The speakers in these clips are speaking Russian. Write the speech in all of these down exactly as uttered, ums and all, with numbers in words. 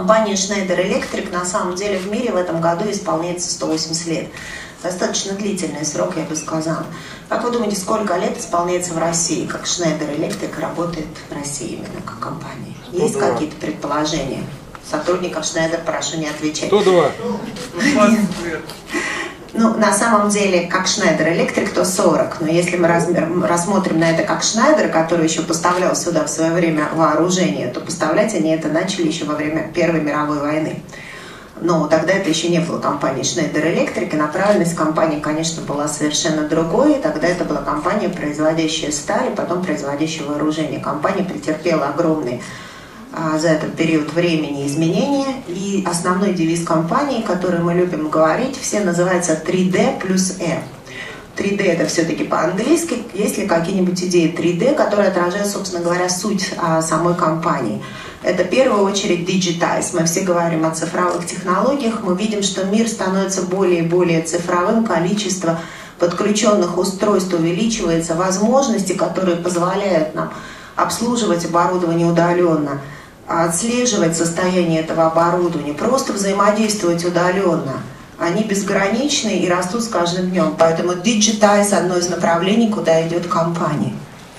Компании Schneider Electric на самом деле в мире в этом году исполняется сто восемьдесят лет. Достаточно длительный срок, я бы сказала. Как вы думаете, сколько лет исполняется в России, как Schneider Electric работает в России именно как компания? Есть какие-то предположения? Сотрудников Schneider прошу не отвечать. сто два. Ну, на самом деле, как Schneider Electric, то сорок. Но если мы размер, рассмотрим на это как Schneider, который еще поставлял сюда в свое время вооружение, то поставлять они это начали еще во время Первой мировой войны. Но тогда это еще не было компанией Schneider Electric, и направленность компании, конечно, была совершенно другой. Тогда это была компания, производящая сталь, и потом производящая вооружение. Компания претерпела огромные а, за этот период времени изменения. И основной девиз компании, который мы любим говорить, все называется три дэ плюс Э. три дэ это все-таки по-английски. Есть ли какие-нибудь идеи три дэ, которые отражают, собственно говоря, суть а, самой компании? Это в первую очередь digitize. Мы все говорим о цифровых технологиях. Мы видим, что мир становится более и более цифровым. Количество подключенных устройств увеличивается. Возможности, которые позволяют нам обслуживать оборудование удаленно, отслеживать состояние этого оборудования, просто взаимодействовать удаленно, они безграничны и растут с каждым днем. Поэтому digitize – одно из направлений, куда идет компания.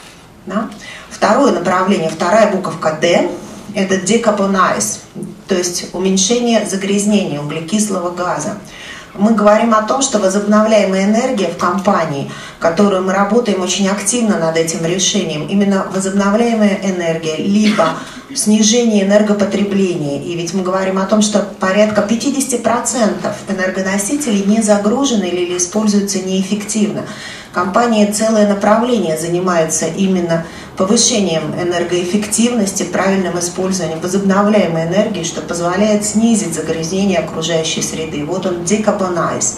Да? Второе направление, вторая буковка D – это decarbonize, то есть уменьшение загрязнения углекислого газа. Мы говорим о том, что возобновляемая энергия в компании, которую мы работаем очень активно над этим решением, именно возобновляемая энергия, либо снижение энергопотребления. И ведь мы говорим о том, что порядка пятьдесят процентов энергоносителей не загружены или используются неэффективно. Компания целое направление занимается именно повышением энергоэффективности, правильным использованием возобновляемой энергии, что позволяет снизить загрязнение окружающей среды. Вот он, decarbonize.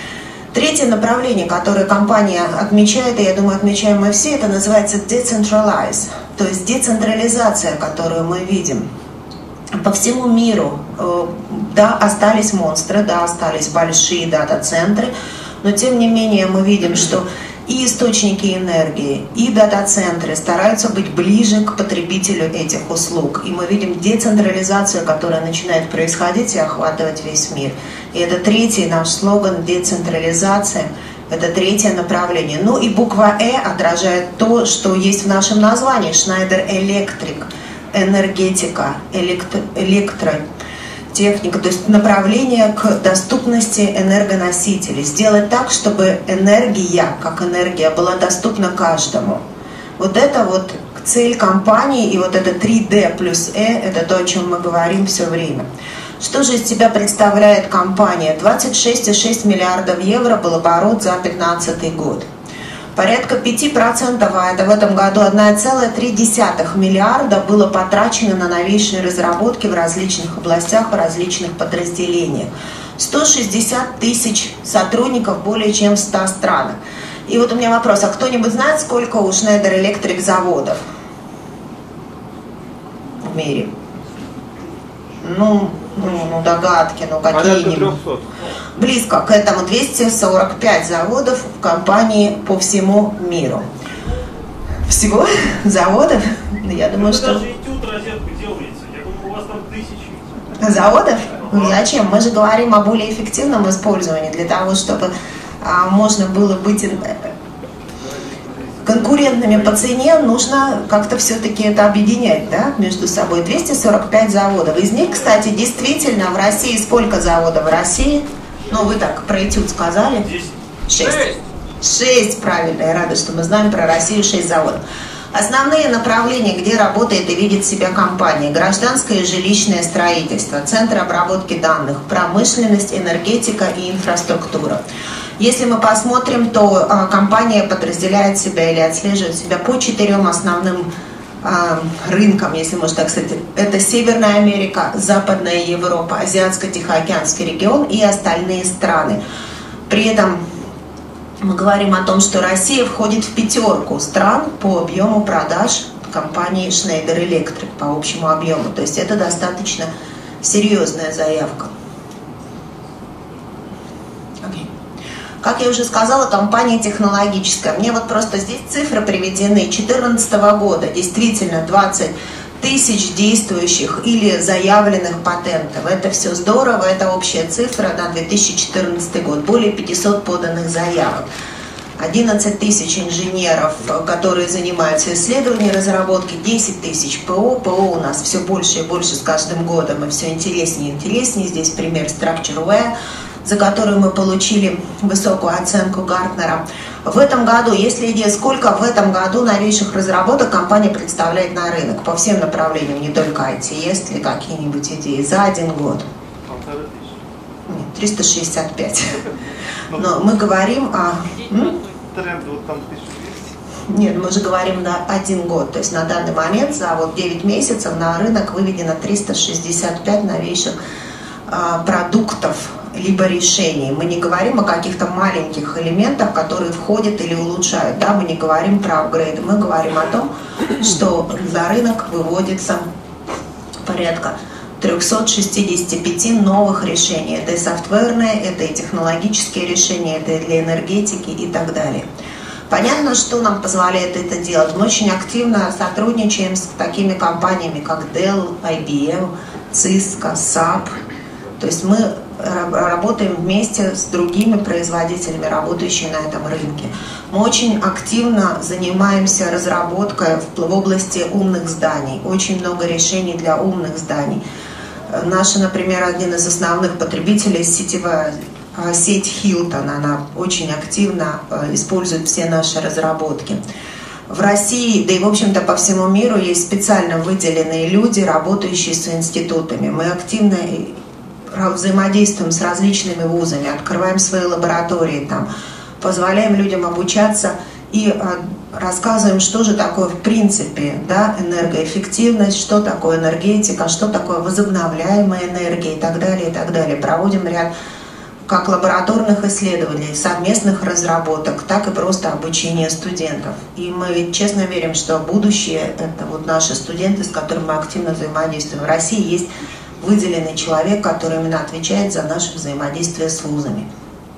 Третье направление, которое компания отмечает, и я думаю, отмечаем мы все, это называется decentralize, то есть децентрализация, которую мы видим. По всему миру, да, остались монстры, да, остались большие дата-центры, но тем не менее мы видим, что и источники энергии, и дата-центры стараются быть ближе к потребителю этих услуг. И мы видим децентрализацию, которая начинает происходить и охватывать весь мир. И это третий наш слоган – децентрализация. Это третье направление. Ну и буква «Э» отражает то, что есть в нашем названии – Schneider Electric, энергетика, электро, электро техника, то есть направление к доступности энергоносителей. Сделать так, чтобы энергия, как энергия, была доступна каждому. Вот это вот цель компании, и вот это три дэ плюс Э, это то, о чем мы говорим все время. Что же из себя представляет компания? двадцать шесть целых шесть десятых миллиардов евро был оборот за две тысячи пятнадцатый год. Порядка пяти процентов, а это в этом году одна целая три десятых миллиарда было потрачено на новейшие разработки в различных областях, в различных подразделениях. сто шестьдесят тысяч сотрудников более чем в ста странах. И вот у меня вопрос, а кто-нибудь знает, сколько у Schneider Electric заводов в мире? Ну, ну, ну догадки, ну какие-нибудь. Близко к этому двести сорок пять заводов в компании по всему миру. Всего заводов? Я думаю, вы что... даже этюд розетку делаете. Я думаю, у вас там тысячи. Заводов? Ну зачем? Мы же говорим о более эффективном использовании, для того, чтобы а, можно было быть конкурентными по цене, нужно как-то все-таки это объединять, да, между собой. двести сорок пять заводов. Из них, кстати, действительно в России сколько заводов в России? Ну, вы так про этюд сказали? Шесть. Шесть, правильно. Я рада, что мы знаем про Россию шесть заводов. Основные направления, где работает и видит себя компания: гражданское и жилищное строительство, центры обработки данных, промышленность, энергетика и инфраструктура. Если мы посмотрим, то а, компания подразделяет себя или отслеживает себя по четырем основным а, рынкам, если можно так сказать. Это Северная Америка, Западная Европа, Азиатско-Тихоокеанский регион и остальные страны. При этом мы говорим о том, что Россия входит в пятерку стран по объему продаж компании Schneider Electric, по общему объему. То есть это достаточно серьезная заявка. Как я уже сказала, компания технологическая. Мне вот просто здесь цифры приведены две тысячи четырнадцатого года. Действительно, двадцать тысяч действующих или заявленных патентов. Это все здорово, это общая цифра на две тысячи четырнадцатый год. Более пятисот поданных заявок. одиннадцать тысяч инженеров, которые занимаются исследованием и разработкой, десять тысяч ПО. ПО у нас все больше и больше с каждым годом, и все интереснее и интереснее. Здесь пример StructureWare, за которую мы получили высокую оценку Гартнера. В этом году, если идея, сколько в этом году новейших разработок компания представляет на рынок по всем направлениям, не только ай ти, есть ли какие-нибудь идеи за один год? Нет, триста шестьдесят пять. Но мы говорим о... Нет, мы же говорим на один год. То есть на данный момент за вот девять месяцев на рынок выведено триста шестьдесят пять новейших а, продуктов либо решений. Мы не говорим о каких-то маленьких элементах, которые входят или улучшают. Да? Мы не говорим про апгрейды. Мы говорим о том, что за рынок выводится порядка триста шестьдесят пять новых решений. Это и софтверные, это и технологические решения, это и для энергетики и так далее. Понятно, что нам позволяет это делать. Мы очень активно сотрудничаем с такими компаниями, как Dell, ай би эм, Cisco, сап. То есть мы работаем вместе с другими производителями, работающими на этом рынке. Мы очень активно занимаемся разработкой в области умных зданий. Очень много решений для умных зданий. Наша, например, один из основных потребителей сетевая сеть Hilton, она очень активно использует все наши разработки. В России, да и в общем-то по всему миру есть специально выделенные люди, работающие с институтами. Мы активно взаимодействуем с различными вузами, открываем свои лаборатории там, позволяем людям обучаться и рассказываем, что же такое в принципе, да, энергоэффективность, что такое энергетика, что такое возобновляемая энергия и так далее, и так далее. Проводим ряд как лабораторных исследований, совместных разработок, так и просто обучения студентов. И мы ведь честно верим, что будущее – это вот наши студенты, с которыми мы активно взаимодействуем. В России есть выделенный человек, который именно отвечает за наше взаимодействие с вузами.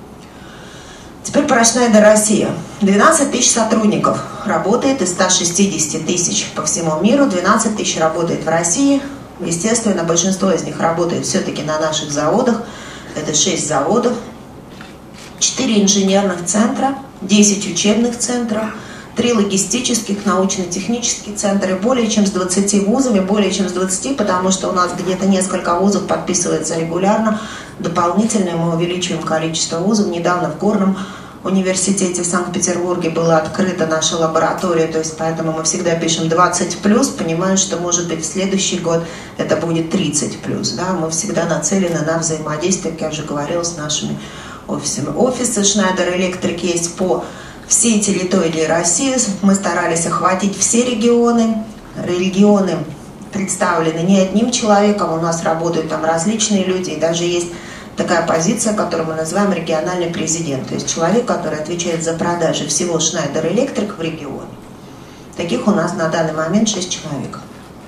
Теперь про Schneider Россия. двенадцать тысяч сотрудников работает из ста шестидесяти тысяч по всему миру, двенадцать тысяч работает в России. Естественно, большинство из них работает все-таки на наших заводах. Это шесть заводов, четыре инженерных центра, десять учебных центров, три логистических, научно-технических центра, более чем с двадцатью вузами, более чем с двадцатью, потому что у нас где-то несколько вузов подписывается регулярно. Дополнительно мы увеличиваем количество вузов. Недавно в Горном университете в Санкт-Петербурге была открыта наша лаборатория, то есть поэтому мы всегда пишем двадцать плюс, понимая, что может быть в следующий год это будет тридцать плюс. Да? Мы всегда нацелены на взаимодействие, как я уже говорила, с нашими офисами. Офисы Schneider Electric есть по всей территории России. Мы старались охватить все регионы. Регионы представлены не одним человеком, у нас работают там различные люди, и даже есть такая позиция, которую мы называем региональный президент, то есть человек, который отвечает за продажи всего Schneider Electric в регионе. Таких у нас на данный момент шесть человек.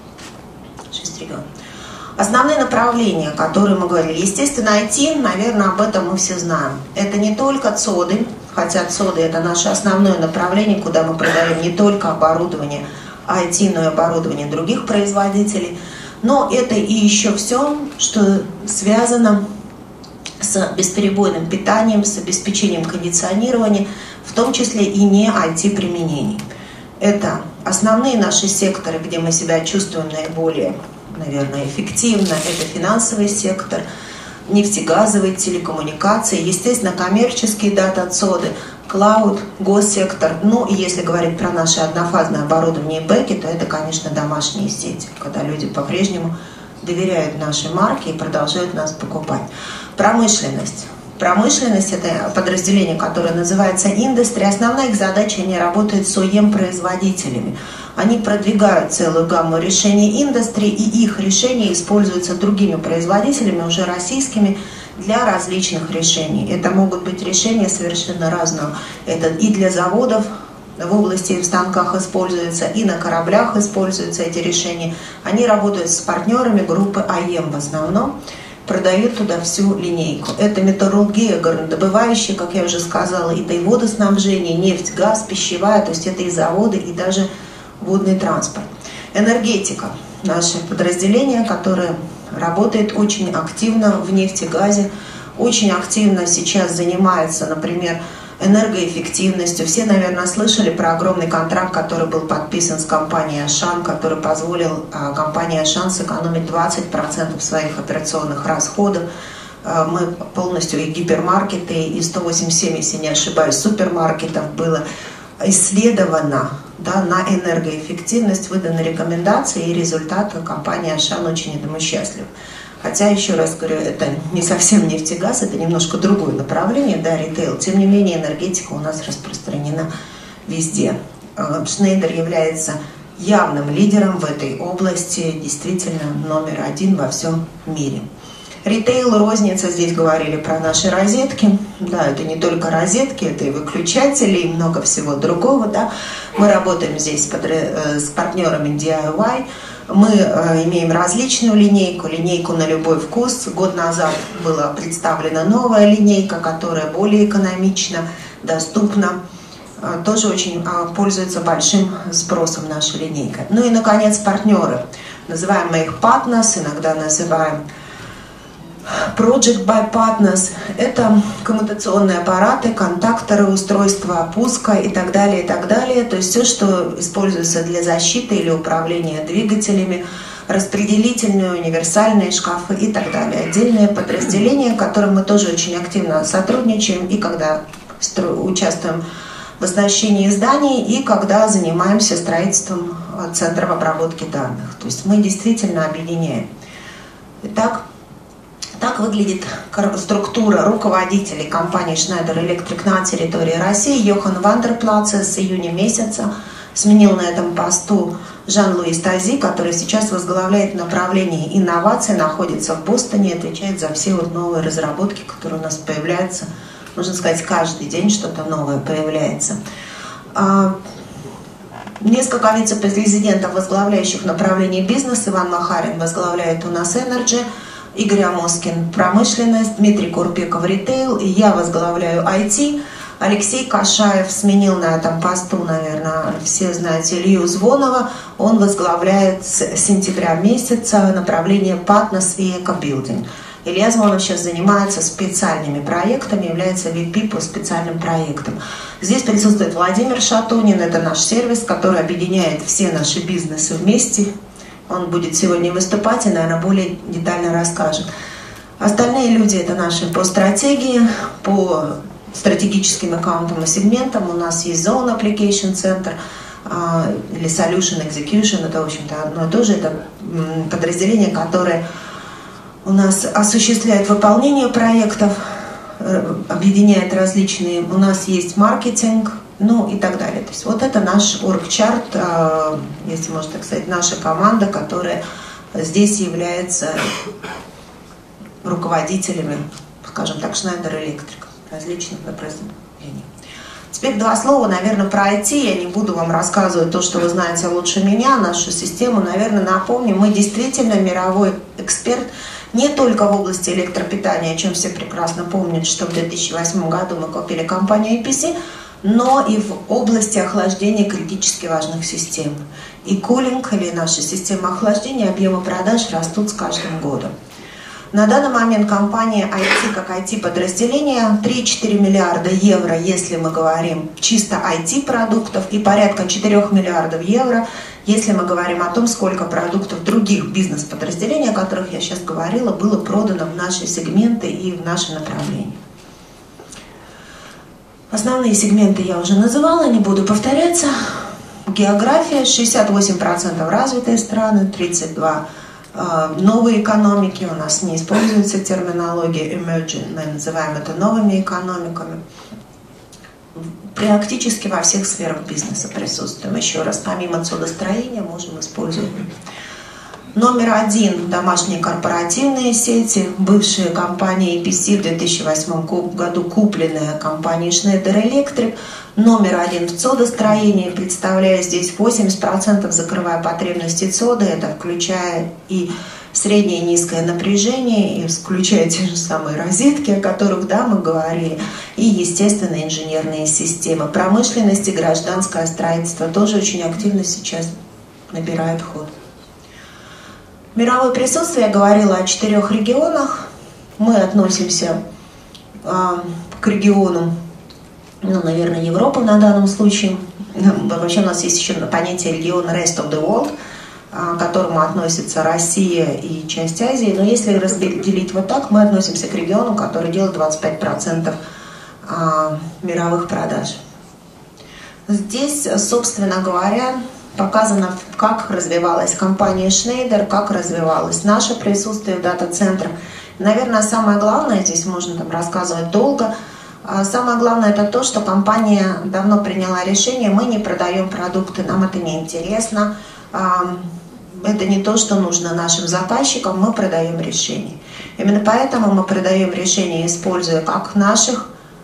шесть регионов. Основные направления, которые мы говорили, естественно, ай ти, наверное, об этом мы все знаем. Это не только цоды, хотя цоды это наше основное направление, куда мы продаем не только оборудование ай ти, но и оборудование других производителей, но это и еще все, что связано с бесперебойным питанием, с обеспечением кондиционирования, в том числе и не ай ти применений. Это основные наши секторы, где мы себя чувствуем наиболее, наверное, эффективно. Это финансовый сектор, нефтегазовые, телекоммуникации, естественно, коммерческие дата-цоды, клауд, госсектор. Ну и если говорить про наше однофазное оборудование и бэки, то это, конечно, домашние сети, когда люди по-прежнему доверяют нашей марке и продолжают нас покупать. Промышленность. Промышленность – это подразделение, которое называется индустрия. Основная их задача – они работают с о и эм-производителями. Они продвигают целую гамму решений индустрии, и их решения используются другими производителями, уже российскими, для различных решений. Это могут быть решения совершенно разного. Это и для заводов, в области в станках используются, и на кораблях используются эти решения. Они работают с партнерами группы ай эм в основном, продают туда всю линейку. Это металлургия, горнодобывающая, как я уже сказала, это и водоснабжение, нефть, газ, пищевая, то есть это и заводы, и даже водный транспорт. Энергетика. наше подразделение, которое работает очень активно в нефтегазе, очень активно сейчас занимается, например, энергоэффективностью. Все, наверное, слышали про огромный контракт, который был подписан с компанией Ашан, который позволил а, компании Ашан сэкономить двадцать процентов своих операционных расходов. А, мы полностью и гипермаркеты, и сто восемьдесят семь, если не ошибаюсь, супермаркетов было исследовано, да, на энергоэффективность, выданы рекомендации, и результаты компании Ашан очень этому счастлив. Хотя, еще раз говорю, это не совсем нефтегаз, это немножко другое направление, да, ритейл. Тем не менее, энергетика у нас распространена везде. Шнейдер является явным лидером в этой области, действительно номер один во всем мире. Ритейл, розница, здесь говорили про наши розетки. Да, это не только розетки, это и выключатели, и много всего другого. Да. Мы работаем здесь с партнерами ди ай уай. Мы э, имеем различную линейку, линейку на любой вкус. Год назад была представлена новая линейка, которая более экономична, доступна. Э, тоже очень э, пользуется большим спросом наша линейка. Ну и, наконец, партнеры. Называем мы их partners, иногда называем Project by Partners. Это коммутационные аппараты, контакторы, устройства опуска и так далее, и так далее. То есть все, что используется для защиты или управления двигателями, распределительные, универсальные шкафы и так далее. Отдельные подразделения, которым мы тоже очень активно сотрудничаем, и когда участвуем в оснащении зданий, и когда занимаемся строительством центров обработки данных. То есть мы действительно объединяем. Итак, так выглядит структура руководителей компании Schneider Electric на территории России. Йохан Вандерплаце с июня месяца сменил на этом посту Жан-Луи Тази, который сейчас возглавляет направление инноваций, находится в Бостоне, отвечает за все вот новые разработки, которые у нас появляются. Можно сказать, каждый день что-то новое появляется. Несколько вице-президентов, возглавляющих направление бизнеса. Иван Махарин возглавляет у нас Energy, Игорь Амоскин – промышленность, Дмитрий Курпеков – ритейл, и я возглавляю ай ти. Алексей Кашаев сменил на этом посту, наверное, все знаете, Илью Звонова. Он возглавляет с сентября месяца направление Partners и Экобилдинг. Илья Звонов сейчас занимается специальными проектами, является ви пи по специальным проектам. Здесь присутствует Владимир Шатунин, это наш сервис, который объединяет все наши бизнесы вместе. Он будет сегодня выступать и, наверное, более детально расскажет. Остальные люди – это наши по стратегии, по стратегическим аккаунтам и сегментам. У нас есть Zone Application Center или Solution Execution. Это, в общем-то, одно и то же. Это подразделение, которое у нас осуществляет выполнение проектов, объединяет различные. У нас есть маркетинг, ну и так далее. То есть вот это наш оргчарт, если можно так сказать, наша команда, которая здесь является руководителями, скажем так, Schneider Electric, различных подразделений. Теперь два слова, наверное, про ай ти. Я не буду вам рассказывать то, что вы знаете лучше меня, нашу систему. Наверное, напомню, мы действительно мировой эксперт не только в области электропитания, о чем все прекрасно помнят, что в две тысячи восьмом году мы купили компанию ай пи си, но и в области охлаждения критически важных систем. И кулинг, или наша система охлаждения, объемы продаж растут с каждым годом. На данный момент компания ай ти, как ай ти-подразделение, три-четыре миллиарда евро, если мы говорим чисто ай ти-продуктов, и порядка четырёх миллиардов евро, если мы говорим о том, сколько продуктов других бизнес-подразделений, о которых я сейчас говорила, было продано в наши сегменты и в наши направления. Основные сегменты я уже называла, не буду повторяться. География, шестьдесят восемь процентов развитые страны, тридцать два процента новые экономики, у нас не используется терминология emerging, мы называем это новыми экономиками. Практически во всех сферах бизнеса присутствуем. Еще раз, помимо судостроения можем использовать. Номер один – домашние корпоративные сети. Бывшая компания ай пи си в две тысячи восьмом году купленная компанией Schneider Electric. Номер один в цодостроении, представляя здесь восемьдесят процентов, закрывая потребности цоды, это включая и среднее и низкое напряжение, и включая те же самые розетки, о которых, да, мы говорили, и, естественно, инженерные системы. Промышленность и гражданское строительство тоже очень активно сейчас набирают ход. Мировое присутствие, я говорила о четырех регионах. Мы относимся а, к региону, ну, наверное, Европа на данном случае. Вообще у нас есть еще понятие регион Rest of the World, к которому относится Россия и часть Азии. Но если разделить вот так, мы относимся к региону, который делает двадцать пять процентов мировых продаж. Здесь, собственно говоря, показано, как развивалась компания Schneider, как развивалось наше присутствие в дата-центрах. Наверное, самое главное, здесь можно там рассказывать долго, самое главное это то, что компания давно приняла решение, мы не продаем продукты, нам это не интересно, это не то, что нужно нашим заказчикам, мы продаем решения. Именно поэтому мы продаем решения, используя как наших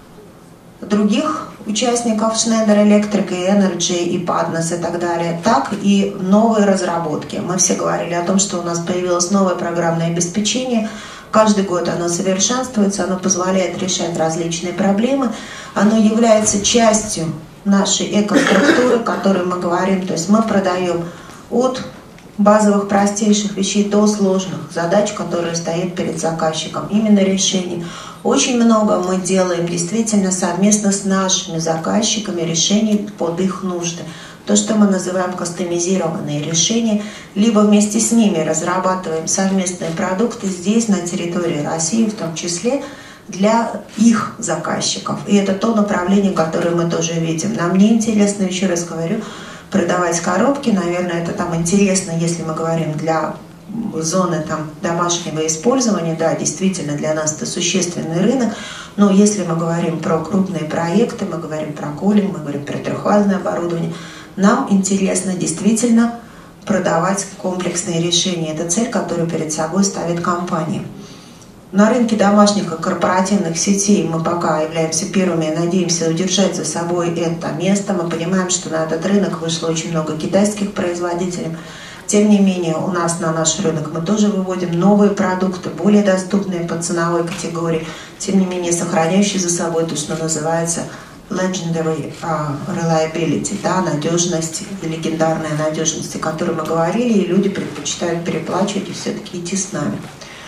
других участников Schneider Electric и Energy и Padnos и так далее, так и новые разработки. Мы все говорили о том, что у нас появилось новое программное обеспечение. Каждый год оно совершенствуется, оно позволяет решать различные проблемы. Оно является частью нашей экоструктуры, о которой мы говорим. То есть мы продаем от базовых простейших вещей до сложных задач, которые стоят перед заказчиком. Именно решений. Очень много мы делаем действительно совместно с нашими заказчиками решений под их нужды. То, что мы называем кастомизированные решения, либо вместе с ними разрабатываем совместные продукты здесь, на территории России, в том числе для их заказчиков. И это то направление, которое мы тоже видим. Нам не интересно, еще раз говорю, продавать коробки. Наверное, это там интересно, если мы говорим для зоны там домашнего использования. Да, действительно, для нас это существенный рынок. Но если мы говорим про крупные проекты, мы говорим про кулинг, мы говорим про трехфазное оборудование, нам интересно действительно продавать комплексные решения. Это цель, которую перед собой ставит компания. На рынке домашних и корпоративных сетей мы пока являемся первыми и надеемся удержать за собой это место. Мы понимаем, что на этот рынок вышло очень много китайских производителей. Тем не менее, у нас на наш рынок мы тоже выводим новые продукты, более доступные по ценовой категории, тем не менее сохраняющие за собой то, что называется legendary uh, reliability, да, надежность, легендарная надежность, о которой мы говорили, и люди предпочитают переплачивать и все-таки идти с нами.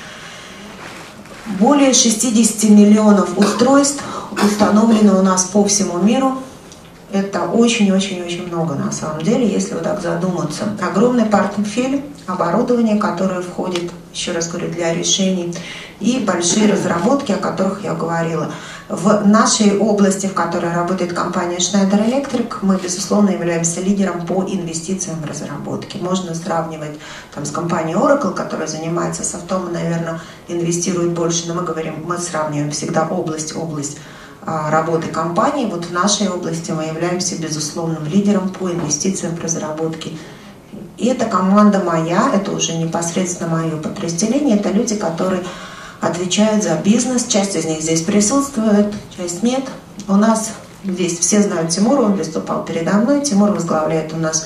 Более шестидесяти миллионов устройств установлено у нас по всему миру. Это очень-очень-очень много на самом деле, если вот так задуматься. Огромный портфель оборудования, которое входит, еще раз говорю, для решений, и большие разработки, о которых я говорила. В нашей области, в которой работает компания Schneider Electric, мы, безусловно, являемся лидером по инвестициям в разработки. Можно сравнивать там, с компанией Oracle, которая занимается софтом и, наверное, инвестирует больше, но мы говорим, мы сравниваем всегда область, область работы компании. Вот в нашей области мы являемся безусловным лидером по инвестициям в разработки. И эта команда моя, это уже непосредственно мое подразделение, это люди, которые отвечают за бизнес. Часть из них здесь присутствует, часть нет. У нас здесь все знают Тимура, он выступал передо мной. Тимур возглавляет у нас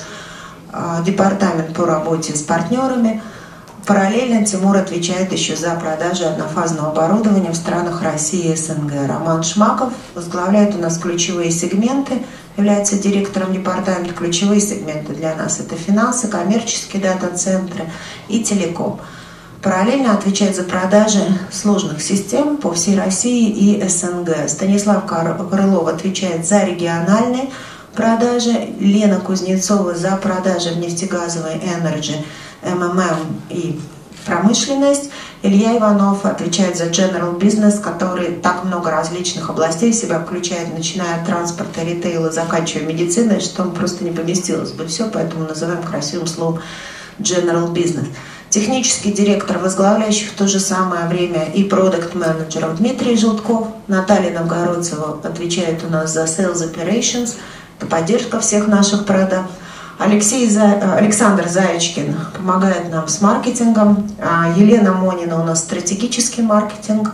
департамент по работе с партнерами. Параллельно Тимур отвечает еще за продажи однофазного оборудования в странах России и СНГ. Роман Шмаков возглавляет у нас ключевые сегменты, является директором департамента. Ключевые сегменты для нас это финансы, коммерческие дата-центры и телеком. Параллельно отвечает за продажи сложных систем по всей России и СНГ. Станислав Крылов отвечает за региональные продажи, Лена Кузнецова за продажи в нефтегазовой Energy, эм эм эм и промышленность. Илья Иванов отвечает за General Business, который так много различных областей в себя включает, начиная от транспорта, ритейла, заканчивая медициной, что просто не поместилось бы все, поэтому называем красивым словом General Business. Технический директор, возглавляющий в то же самое время и продакт-менеджером Дмитрий Желтков. Наталья Новгородцева отвечает у нас за Sales Operations, это поддержка всех наших продаж. Алексей За... Александр Заячкин помогает нам с маркетингом. Елена Монина у нас стратегический маркетинг.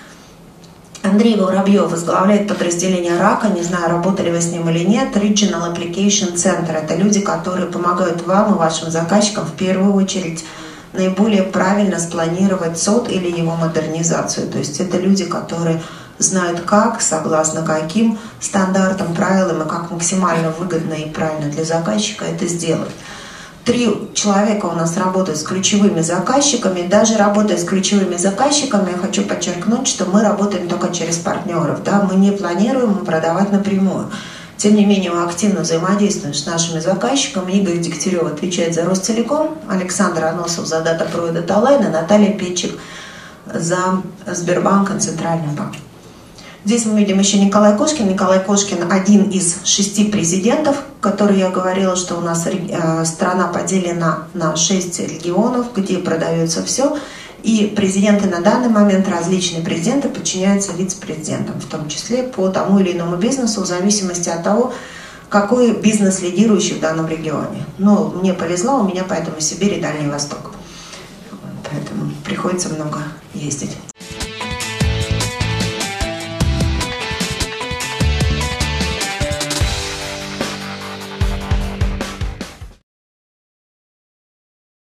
Андрей Воробьев возглавляет подразделение РАКа. Не знаю, работали вы с ним или нет. Regional Application Center. Это люди, которые помогают вам и вашим заказчикам в первую очередь наиболее правильно спланировать СОТ или его модернизацию. То есть это люди, которые знают как, согласно каким стандартам, правилам и как максимально выгодно и правильно для заказчика это сделать. Три человека у нас работают с ключевыми заказчиками. Даже работая с ключевыми заказчиками, я хочу подчеркнуть, что мы работаем только через партнеров. Да? Мы не планируем продавать напрямую. Тем не менее, мы активно взаимодействуем с нашими заказчиками. Игорь Дегтярев отвечает за Ростелеком, Александр Аносов за DataPro и DataLine, и Наталья Петчик за Сбербанк и Центральный банк. Здесь мы видим еще Николай Кошкин. Николай Кошкин один из шести президентов, которые я говорила, что у нас страна поделена на шесть регионов, где продается все. И президенты на данный момент, различные президенты, подчиняются вице-президентам, в том числе по тому или иному бизнесу, в зависимости от того, какой бизнес лидирующий в данном регионе. Но мне повезло, у меня поэтому Сибирь и Дальний Восток. Поэтому приходится много ездить.